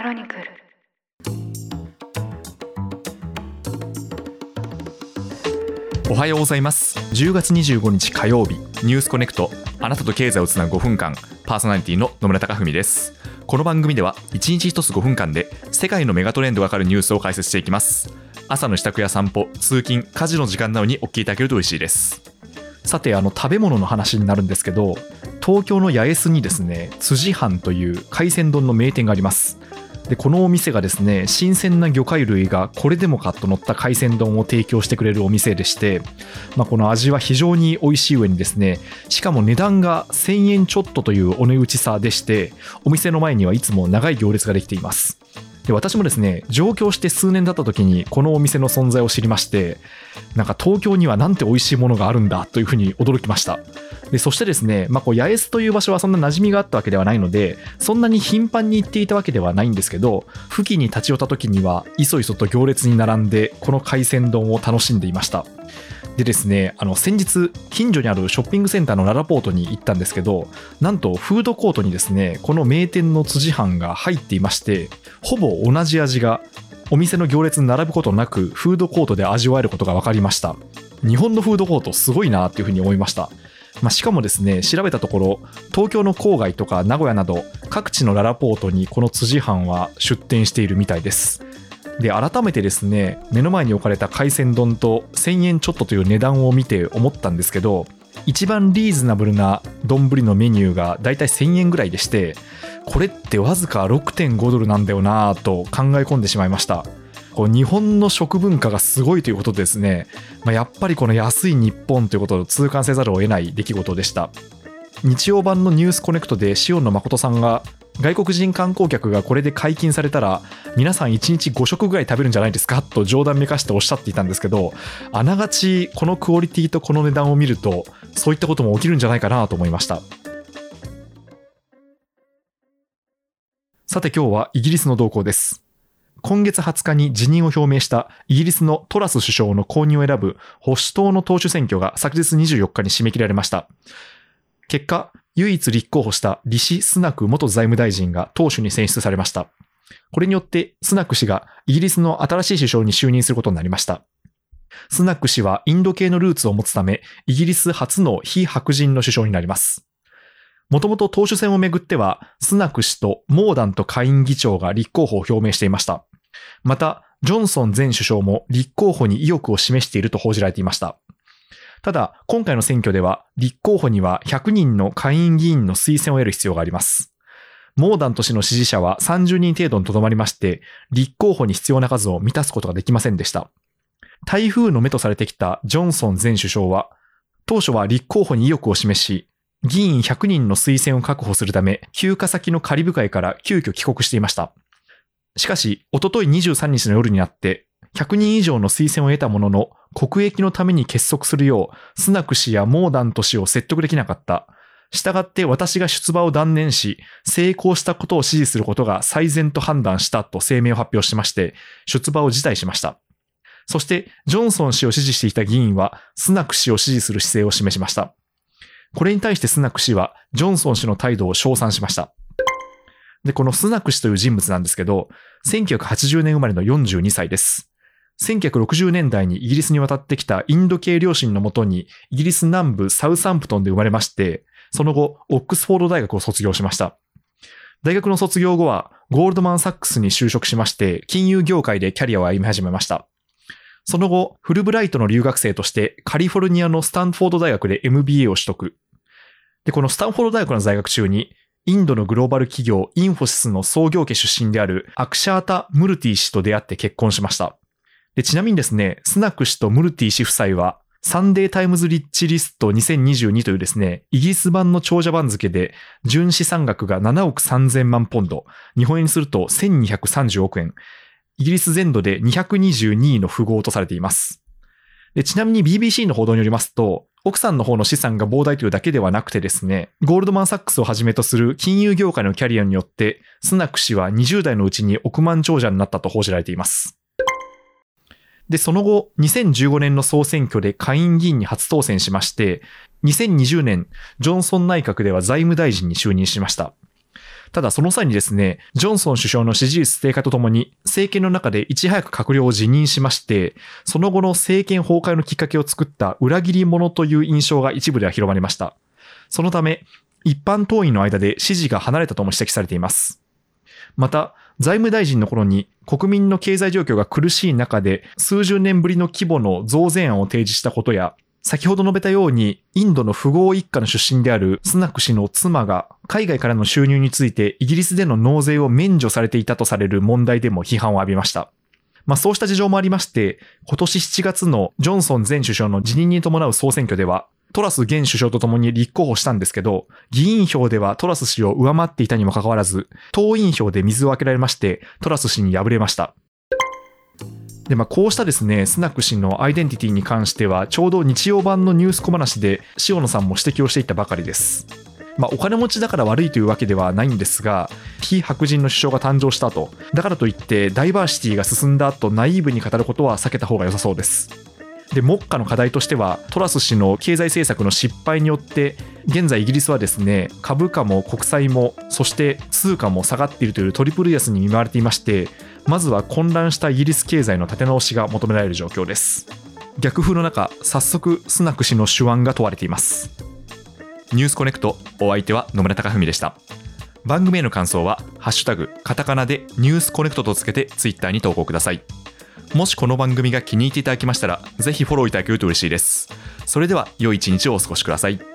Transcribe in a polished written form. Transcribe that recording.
クロニクル。 おはようございます。10月25日火曜日、ニュースコネクト、あなたと経済をつなぐ5分間、パーソナリティの野村貴文です。この番組では1日1つ5分間で世界のメガトレンドがわかるニュースを解説していきます。朝の支度や散歩、通勤、家事の時間などにお聞きいただけると嬉しいです。さて、食べ物の話になるんですけど、東京の八重洲にですね、辻藩という海鮮丼の名店があります。でこのお店がですね、新鮮な魚介類がこれでもかと乗った海鮮丼を提供してくれるお店でして、この味は非常に美味しい上にですね、しかも値段が1000円ちょっとというお値打ちさでして、お店の前にはいつも長い行列ができています。で私もですね、上京して数年経った時にこのお店の存在を知りまして、東京にはなんて美味しいものがあるんだというふうに驚きました。でそしてですね、八重洲という場所はそんな馴染みがあったわけではないので、そんなに頻繁に行っていたわけではないんですけど、付近に立ち寄った時にはいそいそと行列に並んでこの海鮮丼を楽しんでいました。でですね、先日近所にあるショッピングセンターのララポートに行ったんですけど、なんとフードコートにですね、この名店の辻藩が入っていまして、ほぼ同じ味がお店の行列に並ぶことなくフードコートで味わえることが分かりました。日本のフードコートすごいなっていうふうに思いました。しかもですね、調べたところ東京の郊外とか名古屋など各地のララポートにこの辻藩は出店しているみたいです。で改めてですね、目の前に置かれた海鮮丼と1000円ちょっとという値段を見て思ったんですけど、一番リーズナブルな丼のメニューがだいたい1000円ぐらいでして、これってわずか 6.5 ドルなんだよなと考え込んでしまいました。日本の食文化がすごいということでですね、やっぱりこの安い日本ということを痛感せざるを得ない出来事でした。日曜版のニュースコネクトで塩野誠さんが、外国人観光客がこれで解禁されたら皆さん1日5食ぐらい食べるんじゃないですかと冗談めかしておっしゃっていたんですけど、あながちこのクオリティとこの値段を見るとそういったことも起きるんじゃないかなと思いました。さて今日はイギリスの動向です。今月20日に辞任を表明したイギリスのトラス首相の後任を選ぶ保守党の党首選挙が昨日24日に締め切られました。結果、唯一立候補したリシ・スナク元財務大臣が党首に選出されました。これによってスナク氏がイギリスの新しい首相に就任することになりました。スナク氏はインド系のルーツを持つため、イギリス初の非白人の首相になります。もともと党首選をめぐっては、スナク氏とモーダント下院議長が立候補を表明していました。また、ジョンソン前首相も立候補に意欲を示していると報じられていました。ただ、今回の選挙では、立候補には100人の下院議員の推薦を得る必要があります。モーダント氏の支持者は30人程度にとどまりまして、立候補に必要な数を満たすことができませんでした。台風の目とされてきたジョンソン前首相は、当初は立候補に意欲を示し、議員100人の推薦を確保するため、休暇先のカリブ海から急遽帰国していました。しかし、おととい23日の夜になって、100人以上の推薦を得たものの、国益のために結束するよう、スナク氏やモーダント氏を説得できなかった。したがって私が出馬を断念し、成功したことを支持することが最善と判断したと声明を発表しまして、出馬を辞退しました。そして、ジョンソン氏を支持していた議員は、スナク氏を支持する姿勢を示しました。これに対してスナク氏は、ジョンソン氏の態度を称賛しました。で、このスナク氏という人物なんですけど、1980年生まれの42歳です。1960年代にイギリスに渡ってきたインド系両親のもとにイギリス南部サウサンプトンで生まれまして、その後オックスフォード大学を卒業しました。大学の卒業後はゴールドマンサックスに就職しまして、金融業界でキャリアを歩み始めました。その後フルブライトの留学生としてカリフォルニアのスタンフォード大学で MBA を取得。で、このスタンフォード大学の在学中にインドのグローバル企業インフォシスの創業家出身であるアクシャータ・ムルティ氏と出会って結婚しました。でちなみにですね、スナク氏とムルティ氏夫妻はサンデータイムズリッチリスト2022というですね、イギリス版の長者番付で純資産額が7億3000万ポンド、日本円にすると1230億円、イギリス全土で222位の富豪とされています。でちなみに BBC の報道によりますと、奥さんの方の資産が膨大というだけではなくてですね、ゴールドマンサックスをはじめとする金融業界のキャリアによって、スナク氏は20代のうちに億万長者になったと報じられています。で、その後、2015年の総選挙で下院議員に初当選しまして、2020年、ジョンソン内閣では財務大臣に就任しました。 ただその際にですね、ジョンソン首相の支持率低下とともに政権の中でいち早く閣僚を辞任しまして、その後の政権崩壊のきっかけを作った裏切り者という印象が一部では広まりました。そのため、一般党員の間で支持が離れたとも指摘されています。また、財務大臣の頃に国民の経済状況が苦しい中で数十年ぶりの規模の増税案を提示したことや、先ほど述べたようにインドの富豪一家の出身であるスナク氏の妻が海外からの収入についてイギリスでの納税を免除されていたとされる問題でも批判を浴びました。そうした事情もありまして、今年7月のジョンソン前首相の辞任に伴う総選挙では、トラス現首相と共に立候補したんですけど、議員票ではトラス氏を上回っていたにもかかわらず、党員票で水をあけられまして、トラス氏に敗れました。で、こうしたですね、スナク氏のアイデンティティに関しては、ちょうど日曜版のニュース小話で、塩野さんも指摘をしていたばかりです。お金持ちだから悪いというわけではないんですが、非白人の首相が誕生した後、だからといってダイバーシティが進んだ後、ナイーブに語ることは避けた方が良さそうです。で、目下の課題としては、トラス氏の経済政策の失敗によって、現在イギリスはですね、株価も国債も、そして通貨も下がっているというトリプル安に見舞われていまして、まずは混乱したイギリス経済の立て直しが求められる状況です。逆風の中、早速スナク氏の手腕が問われています。ニュースコネクト、お相手は野村貴文でした。番組への感想はハッシュタグカタカナでニュースコネクトとつけてツイッターに投稿ください。もしこの番組が気に入っていただけましたら、ぜひフォローいただけると嬉しいです。それでは良い一日をお過ごしください。